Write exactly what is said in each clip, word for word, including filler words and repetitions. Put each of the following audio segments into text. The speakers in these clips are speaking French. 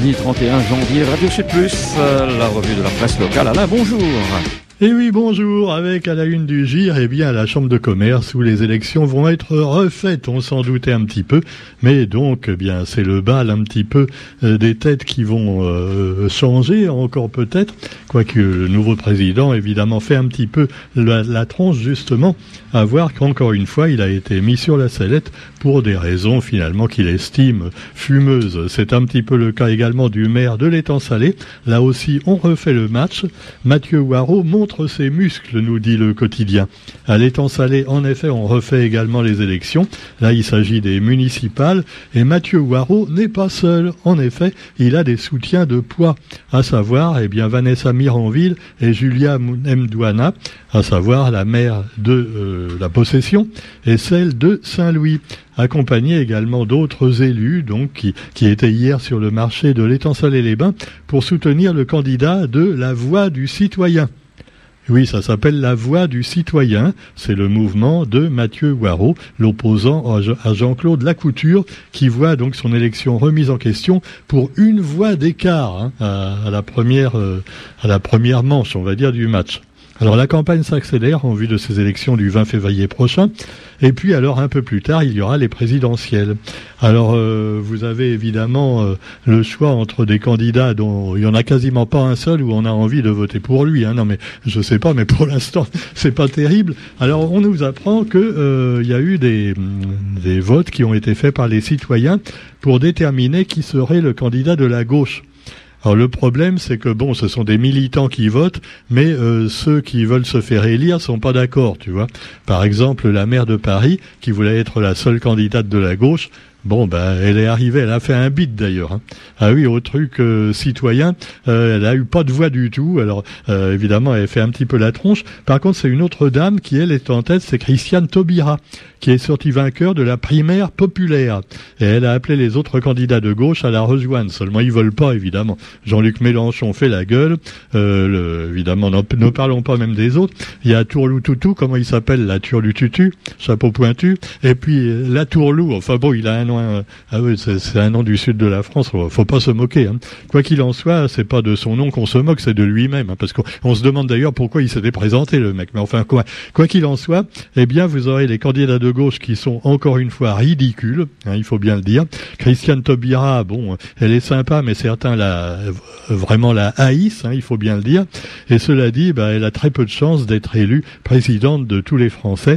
mardi trente et un janvier, Radio Sud Plus, la revue de la presse locale. Alain, bonjour. Et oui, bonjour, avec à la une du G I R, eh bien, la Chambre de commerce où les élections vont être refaites, on s'en doutait un petit peu, mais donc, eh bien, c'est le bal un petit peu euh, des têtes qui vont euh, changer, encore peut-être, quoique le nouveau président, évidemment, fait un petit peu la, la tronche, justement, à voir qu'encore une fois, il a été mis sur la sellette pour des raisons, finalement, qu'il estime fumeuses. C'est un petit peu le cas également du maire de l'Étang-Salé. Là aussi, on refait le match. Mathieu Waraud montre ses muscles, nous dit le quotidien. À l'Étang-Salé, en effet, on refait également les élections. Là, il s'agit des municipales. Et Mathieu Waraud n'est pas seul. En effet, il a des soutiens de poids. À savoir, eh bien, Vanessa Miranville et Julia Mdouana, à savoir la maire de euh, la Possession et celle de Saint-Louis, accompagné également d'autres élus, donc qui, qui étaient hier sur le marché de l'Étang-Salé-les-Bains pour soutenir le candidat de la Voix du Citoyen. Oui, ça s'appelle la Voix du Citoyen. C'est le mouvement de Mathieu Waraud, l'opposant à Jean-Claude Lacouture, qui voit donc son élection remise en question pour une voix d'écart hein, à, à la première, euh, à la première manche, on va dire, du match. Alors la campagne s'accélère en vue de ces élections du vingt février prochain. Et puis alors un peu plus tard, il y aura les présidentielles. Alors euh, vous avez évidemment euh, le choix entre des candidats dont il y en a quasiment pas un seul où on a envie de voter pour lui. Hein. Non mais je sais pas, mais pour l'instant c'est pas terrible. Alors on nous apprend que euh, il y a eu des, des votes qui ont été faits par les citoyens pour déterminer qui serait le candidat de la gauche. Alors le problème, c'est que bon, ce sont des militants qui votent, mais euh, ceux qui veulent se faire élire sont pas d'accord, tu vois. Par exemple, la maire de Paris, qui voulait être la seule candidate de la gauche, bon, ben, elle est arrivée, elle a fait un bid d'ailleurs. Hein. Ah oui, au truc euh, citoyen, euh, elle a eu pas de voix du tout. Alors, euh, évidemment, elle fait un petit peu la tronche. Par contre, c'est une autre dame qui, elle, est en tête, c'est Christiane Taubira, qui est sortie vainqueur de la primaire populaire. Et elle a appelé les autres candidats de gauche à la rejoindre. Seulement, ils veulent pas, évidemment. Jean-Luc Mélenchon fait la gueule. Euh, le, évidemment, ne parlons pas même des autres. Il y a Tourlou-Toutou, comment il s'appelle, la Turlu-Tutu, chapeau pointu. Et puis, la Tourlou, enfin bon, il a un nom Ah oui, c'est, c'est un nom du sud de la France, faut pas se moquer. Hein. Quoi qu'il en soit, c'est pas de son nom qu'on se moque, c'est de lui-même. Hein, parce qu'on on se demande d'ailleurs pourquoi il s'était présenté, le mec. Mais enfin, quoi, quoi qu'il en soit, eh bien, vous aurez les candidats de gauche qui sont encore une fois ridicules, hein, il faut bien le dire. Christiane Taubira, bon, elle est sympa, mais certains la vraiment la haïssent, hein, il faut bien le dire. Et cela dit, bah, elle a très peu de chances d'être élue présidente de tous les Français.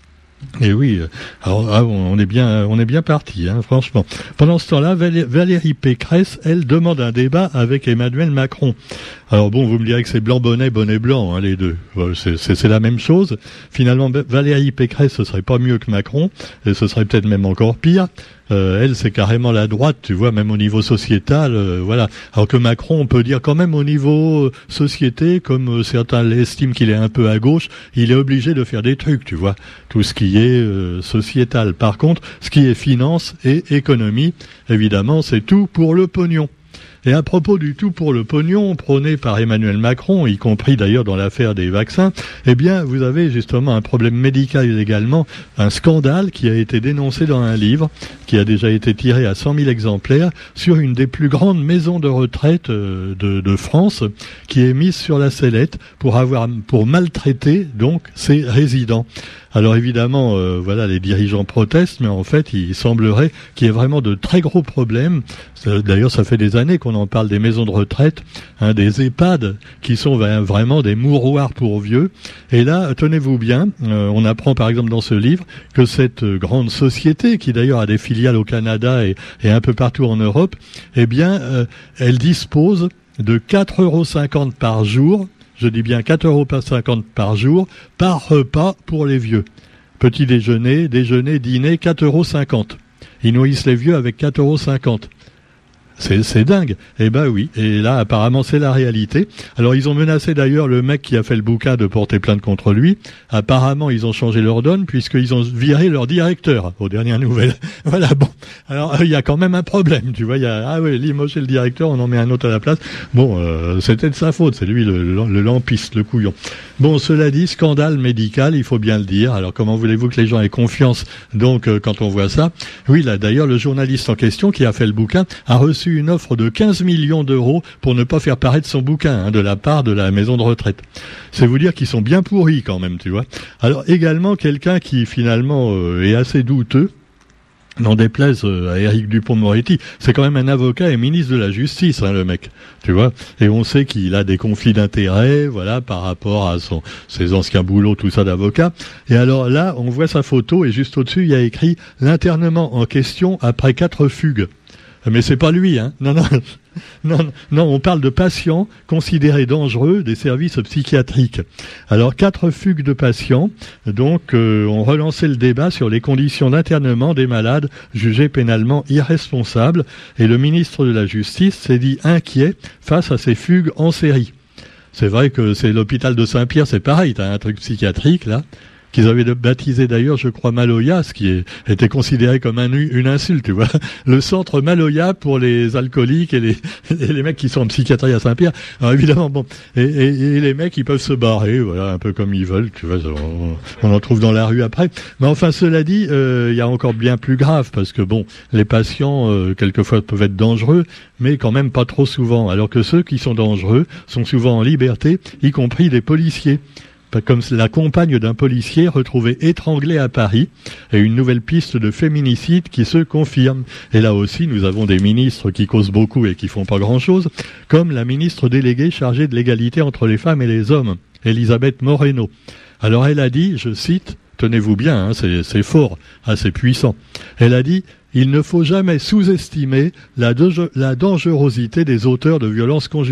Et oui, alors ah, on est bien, on est bien parti, hein, franchement. Pendant ce temps-là, Valérie Pécresse, elle demande un débat avec Emmanuel Macron. Alors bon, vous me direz que c'est blanc bonnet, bonnet blanc, hein, les deux. C'est, c'est, c'est la même chose. Finalement, Valérie Pécresse, ce serait pas mieux que Macron, et ce serait peut-être même encore pire. Euh, elle, c'est carrément la droite, tu vois, même au niveau sociétal, euh, voilà. Alors que Macron, on peut dire quand même au niveau euh, société, comme euh, certains l'estiment qu'il est un peu à gauche, il est obligé de faire des trucs, tu vois, tout ce qui est euh, sociétal. Par contre, ce qui est finance et économie, évidemment, c'est tout pour le pognon. Et à propos du tout pour le pognon prôné par Emmanuel Macron, y compris d'ailleurs dans l'affaire des vaccins, eh bien, vous avez justement un problème médical également, un scandale qui a été dénoncé dans un livre, qui a déjà été tiré à cent mille exemplaires, sur une des plus grandes maisons de retraite de, de France, qui est mise sur la sellette pour avoir, pour maltraiter, donc, ses résidents. Alors évidemment, euh, voilà, les dirigeants protestent, mais en fait, il semblerait qu'il y ait vraiment de très gros problèmes. D'ailleurs, ça fait des années qu'on en parle des maisons de retraite, hein, des EHPAD, qui sont vraiment des mouroirs pour vieux. Et là, tenez-vous bien, euh, on apprend par exemple dans ce livre que cette grande société, qui d'ailleurs a des filiales au Canada et, et un peu partout en Europe, eh bien, euh, elle dispose de quatre euros cinquante par jour. Je dis bien quatre euros cinquante par jour, par repas pour les vieux. Petit déjeuner, déjeuner, dîner, quatre euros cinquante. Ils nourrissent les vieux avec quatre euros cinquante. C'est, c'est dingue. Eh ben oui. Et là, apparemment, c'est la réalité. Alors, ils ont menacé d'ailleurs le mec qui a fait le bouquin de porter plainte contre lui. Apparemment, ils ont changé leur donne puisqu'ils ont viré leur directeur aux dernières nouvelles. Voilà, bon. Alors, il y a quand même un problème, tu vois. Il y a, ah oui, limoger le directeur, on en met un autre à la place. Bon, euh, c'était de sa faute. C'est lui le, le, le lampiste, le couillon. Bon, cela dit, scandale médical, il faut bien le dire. Alors, comment voulez-vous que les gens aient confiance, donc, euh, quand on voit ça? Oui, là, d'ailleurs, le journaliste en question, qui a fait le bouquin, a reçu une offre de quinze millions d'euros pour ne pas faire paraître son bouquin, hein, de la part de la maison de retraite. C'est vous dire qu'ils sont bien pourris, quand même, tu vois. Alors, également, quelqu'un qui, finalement, euh, est assez douteux, n'en déplaise euh, à Éric Dupond-Moretti, c'est quand même un avocat et ministre de la Justice, hein, le mec, tu vois. Et on sait qu'il a des conflits d'intérêts, voilà, par rapport à son ses anciens boulots, tout ça d'avocat. Et alors là, on voit sa photo et juste au-dessus, il y a écrit « L'internement en question après quatre fugues ». Mais c'est pas lui, hein. Non, non, non, non, on parle de patients considérés dangereux des services psychiatriques. Alors, quatre fugues de patients, donc, euh, ont relancé le débat sur les conditions d'internement des malades jugés pénalement irresponsables, et le ministre de la Justice s'est dit inquiet face à ces fugues en série. C'est vrai que c'est l'hôpital de Saint-Pierre, c'est pareil, t'as un truc psychiatrique, là, qu'ils avaient baptisé d'ailleurs, je crois, Maloya, ce qui est, était considéré comme un, une insulte, tu vois. Le centre Maloya pour les alcooliques et les, et les mecs qui sont en psychiatrie à Saint-Pierre. Alors évidemment, bon, et, et, et les mecs, ils peuvent se barrer, voilà, un peu comme ils veulent, tu vois, on, on en trouve dans la rue après. Mais enfin, cela dit, euh, il y a encore bien plus grave, parce que bon, les patients, euh, quelquefois, peuvent être dangereux, mais quand même pas trop souvent, alors que ceux qui sont dangereux sont souvent en liberté, y compris les policiers. Comme la compagne d'un policier retrouvée étranglée à Paris, et une nouvelle piste de féminicide qui se confirme. Et là aussi, nous avons des ministres qui causent beaucoup et qui font pas grand-chose, comme la ministre déléguée chargée de l'égalité entre les femmes et les hommes, Elisabeth Moreno. Alors elle a dit, je cite, tenez-vous bien, hein, c'est, c'est fort, assez puissant, elle a dit « Il ne faut jamais sous-estimer la, de- la dangerosité des auteurs de violences conjugales ».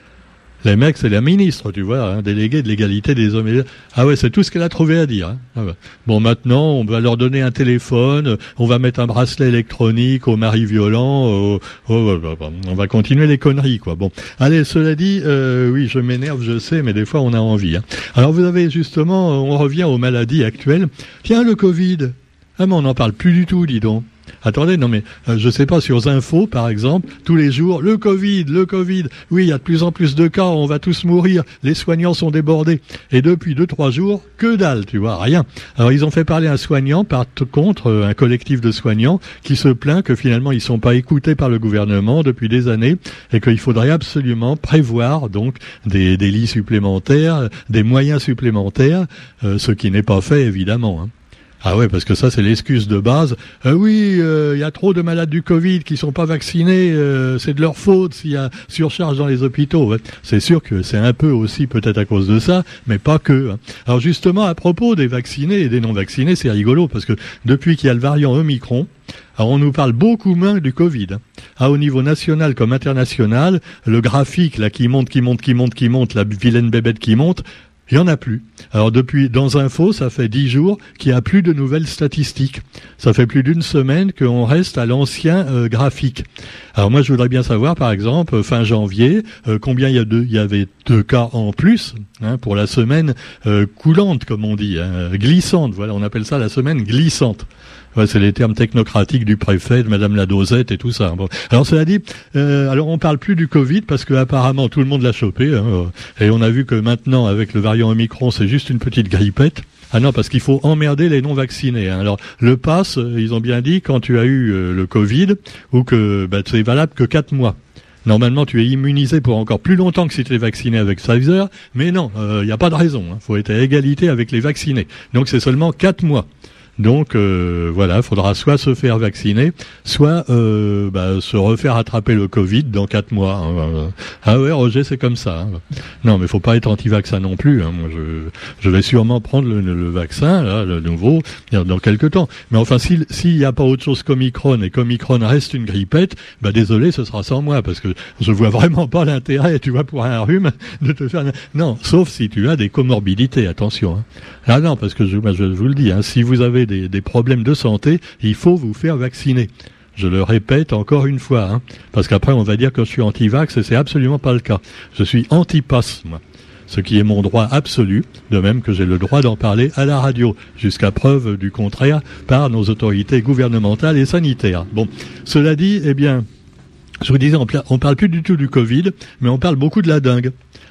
Les mecs, c'est la ministre, tu vois, hein, déléguée de l'égalité des hommes et des femmes. Ah ouais, c'est tout ce qu'elle a trouvé à dire. Hein. Ah ouais. Bon, maintenant, on va leur donner un téléphone, on va mettre un bracelet électronique aux maris violents, au, au, on va continuer les conneries, quoi. Bon, allez, cela dit, euh, oui, je m'énerve, je sais, mais des fois, on a envie. Hein. Alors, vous avez justement, on revient aux maladies actuelles. Tiens, le Covid. Ah, mais on n'en parle plus du tout, dis donc. Attendez, non mais, euh, je sais pas, sur Zinfo, par exemple, tous les jours, le Covid, le Covid, oui, il y a de plus en plus de cas, on va tous mourir, les soignants sont débordés. Et depuis deux, trois jours, que dalle, tu vois, rien. Alors, ils ont fait parler un soignant, par contre, euh, un collectif de soignants, qui se plaint que finalement, ils sont pas écoutés par le gouvernement depuis des années, et qu'il faudrait absolument prévoir, donc, des, des lits supplémentaires, des moyens supplémentaires, euh, ce qui n'est pas fait, évidemment, hein. Ah ouais, parce que ça, c'est l'excuse de base. Euh, oui, il euh, y a trop de malades du Covid qui sont pas vaccinés, euh, c'est de leur faute s'il y a surcharge dans les hôpitaux. Ouais. C'est sûr que c'est un peu aussi peut-être à cause de ça, mais pas que. Hein. Alors justement, à propos des vaccinés et des non-vaccinés, c'est rigolo, parce que depuis qu'il y a le variant Omicron, alors on nous parle beaucoup moins du Covid. Hein. Ah, au niveau national comme international, le graphique là qui monte, qui monte, qui monte, qui monte, la vilaine bébête qui monte, il n'y en a plus. Alors depuis, dans Info, ça fait dix jours qu'il n'y a plus de nouvelles statistiques. Ça fait plus d'une semaine qu'on reste à l'ancien euh, graphique. Alors moi, je voudrais bien savoir, par exemple, fin janvier, euh, combien il y, a de, il y avait de cas en plus hein, pour la semaine euh, coulante, comme on dit, hein, glissante. Voilà, on appelle ça la semaine glissante. Ouais, c'est les termes technocratiques du préfet, de Madame la Dosette et tout ça. Bon. Alors cela dit, euh, alors on parle plus du Covid parce que apparemment tout le monde l'a chopé, hein, et on a vu que maintenant avec le variant Omicron, c'est juste une petite grippette. Ah non, parce qu'il faut emmerder les non-vaccinés. Hein. Alors le pass, ils ont bien dit quand tu as eu euh, le Covid ou que bah, c'est valable que quatre mois. Normalement, tu es immunisé pour encore plus longtemps que si tu es vacciné avec Pfizer, mais non, il euh, n'y a pas de raison. Il hein. faut être à égalité avec les vaccinés. Donc c'est seulement quatre mois. Donc euh, voilà, il faudra soit se faire vacciner, soit euh, bah, se refaire attraper le Covid dans quatre mois. Hein. Ah ouais, Roger, c'est comme ça. Hein. Non, mais faut pas être anti-vaccin non plus. Hein. Moi, je, je vais sûrement prendre le, le vaccin, là, le nouveau, dans quelques temps. Mais enfin, s'il s'il n'y a pas autre chose qu'Omicron et qu'Omicron reste une grippette, bah désolé, ce sera sans moi, parce que je vois vraiment pas l'intérêt, tu vois, pour un rhume, de te faire... Non, sauf si tu as des comorbidités, attention. Hein. Ah non, parce que je, bah, je vous le dis, hein, si vous avez Des, des problèmes de santé, il faut vous faire vacciner. Je le répète encore une fois, hein, parce qu'après on va dire que je suis anti-vax et c'est absolument pas le cas. Je suis anti-pass, moi. Ce qui est mon droit absolu, de même que j'ai le droit d'en parler à la radio, jusqu'à preuve du contraire par nos autorités gouvernementales et sanitaires. Bon, cela dit, eh bien, je vous disais, on, pla- on parle plus du tout du Covid, mais on parle beaucoup de la dengue.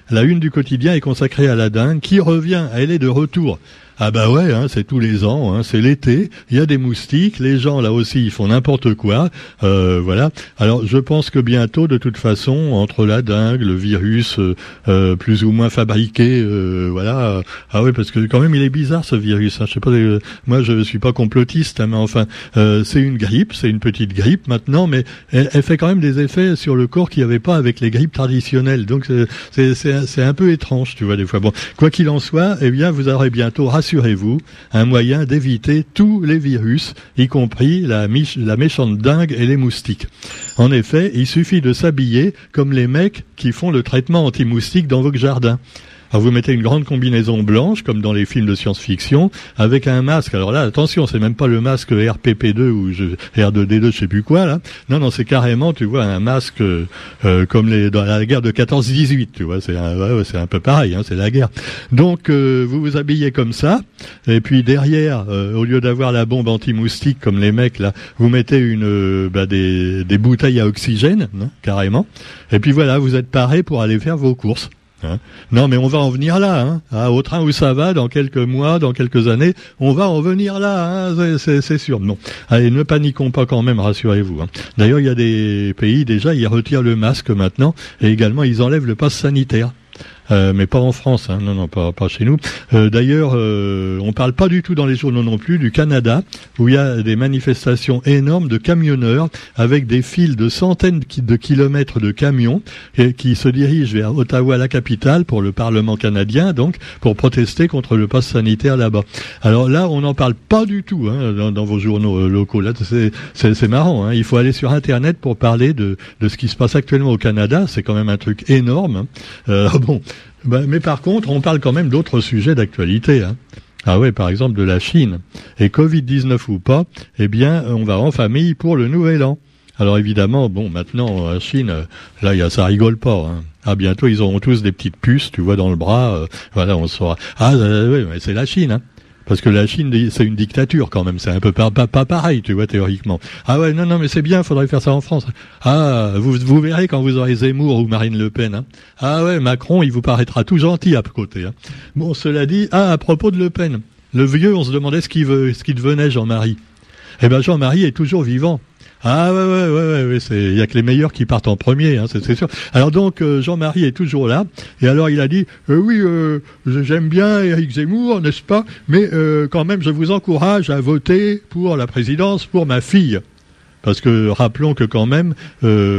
la une du quotidien est consacrée à la dengue qui revient, elle est de retour. Ah bah ouais, hein, c'est tous les ans, hein, c'est l'été, il y a des moustiques, les gens là aussi ils font n'importe quoi, euh, voilà. Alors je pense que bientôt, de toute façon, entre la dengue, le virus euh, euh, plus ou moins fabriqué, euh, voilà. Euh, ah ouais, parce que quand même il est bizarre ce virus. Hein, je sais pas, euh, moi je suis pas complotiste, hein, mais enfin euh, c'est une grippe, c'est une petite grippe maintenant, mais elle, elle fait quand même des effets sur le corps qu'il n'y avait pas avec les grippes traditionnelles. Donc c'est, c'est c'est c'est un peu étrange, tu vois des fois. Bon, quoi qu'il en soit, eh bien vous aurez bientôt, rassurez-vous, un moyen d'éviter tous les virus, y compris la, mich- la méchante dengue et les moustiques. En effet, il suffit de s'habiller comme les mecs qui font le traitement anti-moustique dans vos jardins. Alors vous mettez une grande combinaison blanche, comme dans les films de science-fiction, avec un masque. Alors là, attention, c'est même pas le masque R P P deux ou je, R deux D deux, je sais plus quoi, là. Non, non, c'est carrément, tu vois, un masque euh, euh, comme les dans la guerre de quatorze dix-huit, tu vois, c'est un, ouais, c'est un peu pareil, hein, c'est la guerre. Donc, euh, vous vous habillez comme ça, et puis derrière, euh, au lieu d'avoir la bombe anti-moustique comme les mecs, là, vous mettez une euh, bah, des, des bouteilles à oxygène, hein, carrément, et puis voilà, vous êtes parés pour aller faire vos courses. Hein. Non, mais on va en venir là, hein. Ah, au train où ça va, dans quelques mois, dans quelques années, on va en venir là, hein. c'est, c'est, c'est sûr. Non, allez, ne paniquons pas quand même, rassurez-vous. Hein. D'ailleurs, il y a des pays déjà, ils retirent le masque maintenant, et également ils enlèvent le pass sanitaire. Euh, mais pas en France, hein. non, non, pas, pas chez nous. Euh, d'ailleurs, euh, on parle pas du tout dans les journaux non plus du Canada, où il y a des manifestations énormes de camionneurs avec des files de centaines de kilomètres de camions et qui se dirigent vers Ottawa, la capitale, pour le Parlement canadien, donc pour protester contre le pass sanitaire là-bas. Alors là, on n'en parle pas du tout hein, dans, dans vos journaux euh, locaux. Là, c'est, c'est, c'est marrant. Hein. Il faut aller sur Internet pour parler de, de ce qui se passe actuellement au Canada. C'est quand même un truc énorme. Hein. Euh, bon. Bah, mais par contre, on parle quand même d'autres sujets d'actualité. Hein. Ah ouais, par exemple de la Chine. Et covid dix-neuf ou pas, eh bien, on va en famille pour le Nouvel An. Alors évidemment, bon, maintenant, en Chine, là, y a, ça rigole pas. Hein. Ah, bientôt, ils auront tous des petites puces, tu vois, dans le bras. Euh, voilà, on saura. Ah, euh, oui, mais c'est la Chine, hein. Parce que la Chine, c'est une dictature quand même, c'est un peu pas, pas, pas pareil, tu vois, théoriquement. Ah ouais, non, non, mais c'est bien, faudrait faire ça en France. Ah, vous, vous verrez quand vous aurez Zemmour ou Marine Le Pen. Hein. Ah ouais, Macron, il vous paraîtra tout gentil à côté. Hein. Bon, cela dit, ah, à propos de Le Pen, le vieux, on se demandait ce qu'il veut, ce qu'il devenait, Jean-Marie. Eh ben, Jean-Marie est toujours vivant. Ah ouais ouais ouais ouais, ouais c'est il y a que les meilleurs qui partent en premier, hein, c'est, c'est sûr. Alors donc euh, Jean-Marie est toujours là et alors il a dit euh, oui euh, j'aime bien Éric Zemmour, n'est-ce pas, mais euh, quand même je vous encourage à voter pour la présidence pour ma fille. Parce que rappelons que quand même euh,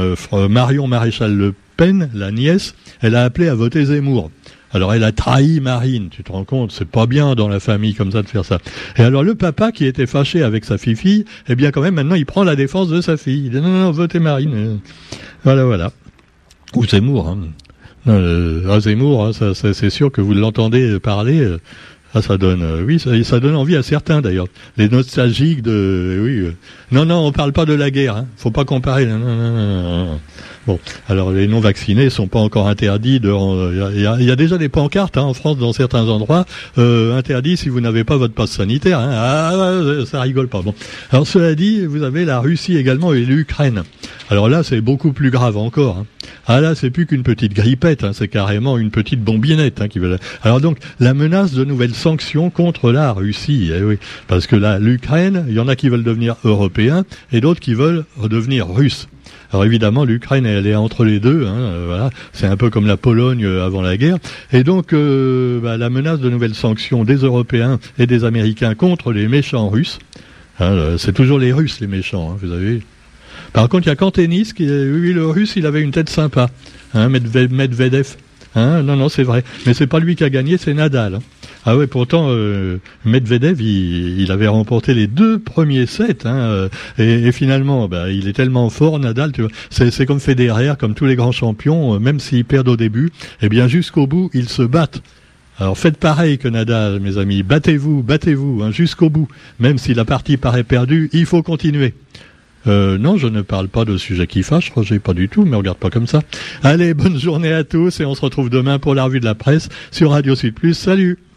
Marion Maréchal Le Pen, la nièce, elle a appelé à voter Zemmour. Alors elle a trahi Marine, tu te rends compte, c'est pas bien dans la famille comme ça de faire ça. Et alors le papa qui était fâché avec sa fille-fille, eh bien quand même maintenant il prend la défense de sa fille. Il dit non, non, non, votez Marine. Voilà, voilà. Ou Zemmour. Hein. Non, euh, ah, Zemmour, hein, ça, ça, c'est sûr que vous l'entendez parler... Euh, Ah, ça donne, euh, oui, ça, ça donne envie à certains d'ailleurs. Les nostalgiques de, euh, oui. Euh, non, non, on parle pas de la guerre. Hein. Faut pas comparer. Non, non, non, non, non. Bon, alors les non vaccinés sont pas encore interdits. De, il y a, y a déjà des pancartes hein, en France dans certains endroits euh, interdits si vous n'avez pas votre passe sanitaire. Hein. Ah, ça rigole pas. Bon, alors cela dit, vous avez la Russie également et l'Ukraine. Alors là, c'est beaucoup plus grave encore. Hein. Ah là, c'est plus qu'une petite grippette, hein, c'est carrément une petite bombinette. Hein, qui veut... Alors donc, la menace de nouvelles sanctions contre la Russie, eh oui, parce que là, l'Ukraine, il y en a qui veulent devenir européens et d'autres qui veulent redevenir russes. Alors évidemment, l'Ukraine, elle est entre les deux. Hein, euh, voilà, c'est un peu comme la Pologne euh, avant la guerre. Et donc, euh, bah, la menace de nouvelles sanctions des Européens et des Américains contre les méchants Russes. Hein, c'est toujours les Russes les méchants, hein, vous avez vu. Par contre, il y a qu'en tennis, qui, oui, le Russe, il avait une tête sympa, hein, Medvedev. Hein, non, non, c'est vrai. Mais c'est pas lui qui a gagné, c'est Nadal. Hein. Ah ouais, pourtant, euh, Medvedev, il, il avait remporté les deux premiers sets. Hein, et, et finalement, bah, il est tellement fort, Nadal. Tu vois, c'est, c'est comme Federer, comme tous les grands champions, même s'ils perdent au début, eh bien, jusqu'au bout, ils se battent. Alors faites pareil que Nadal, mes amis. Battez-vous, battez-vous, hein, jusqu'au bout. Même si la partie paraît perdue, il faut continuer. Euh, non, je ne parle pas de sujet qui fâche, Roger, pas du tout, mais regarde pas comme ça. Allez, bonne journée à tous et on se retrouve demain pour la revue de la presse sur Radio Sud Plus. Salut!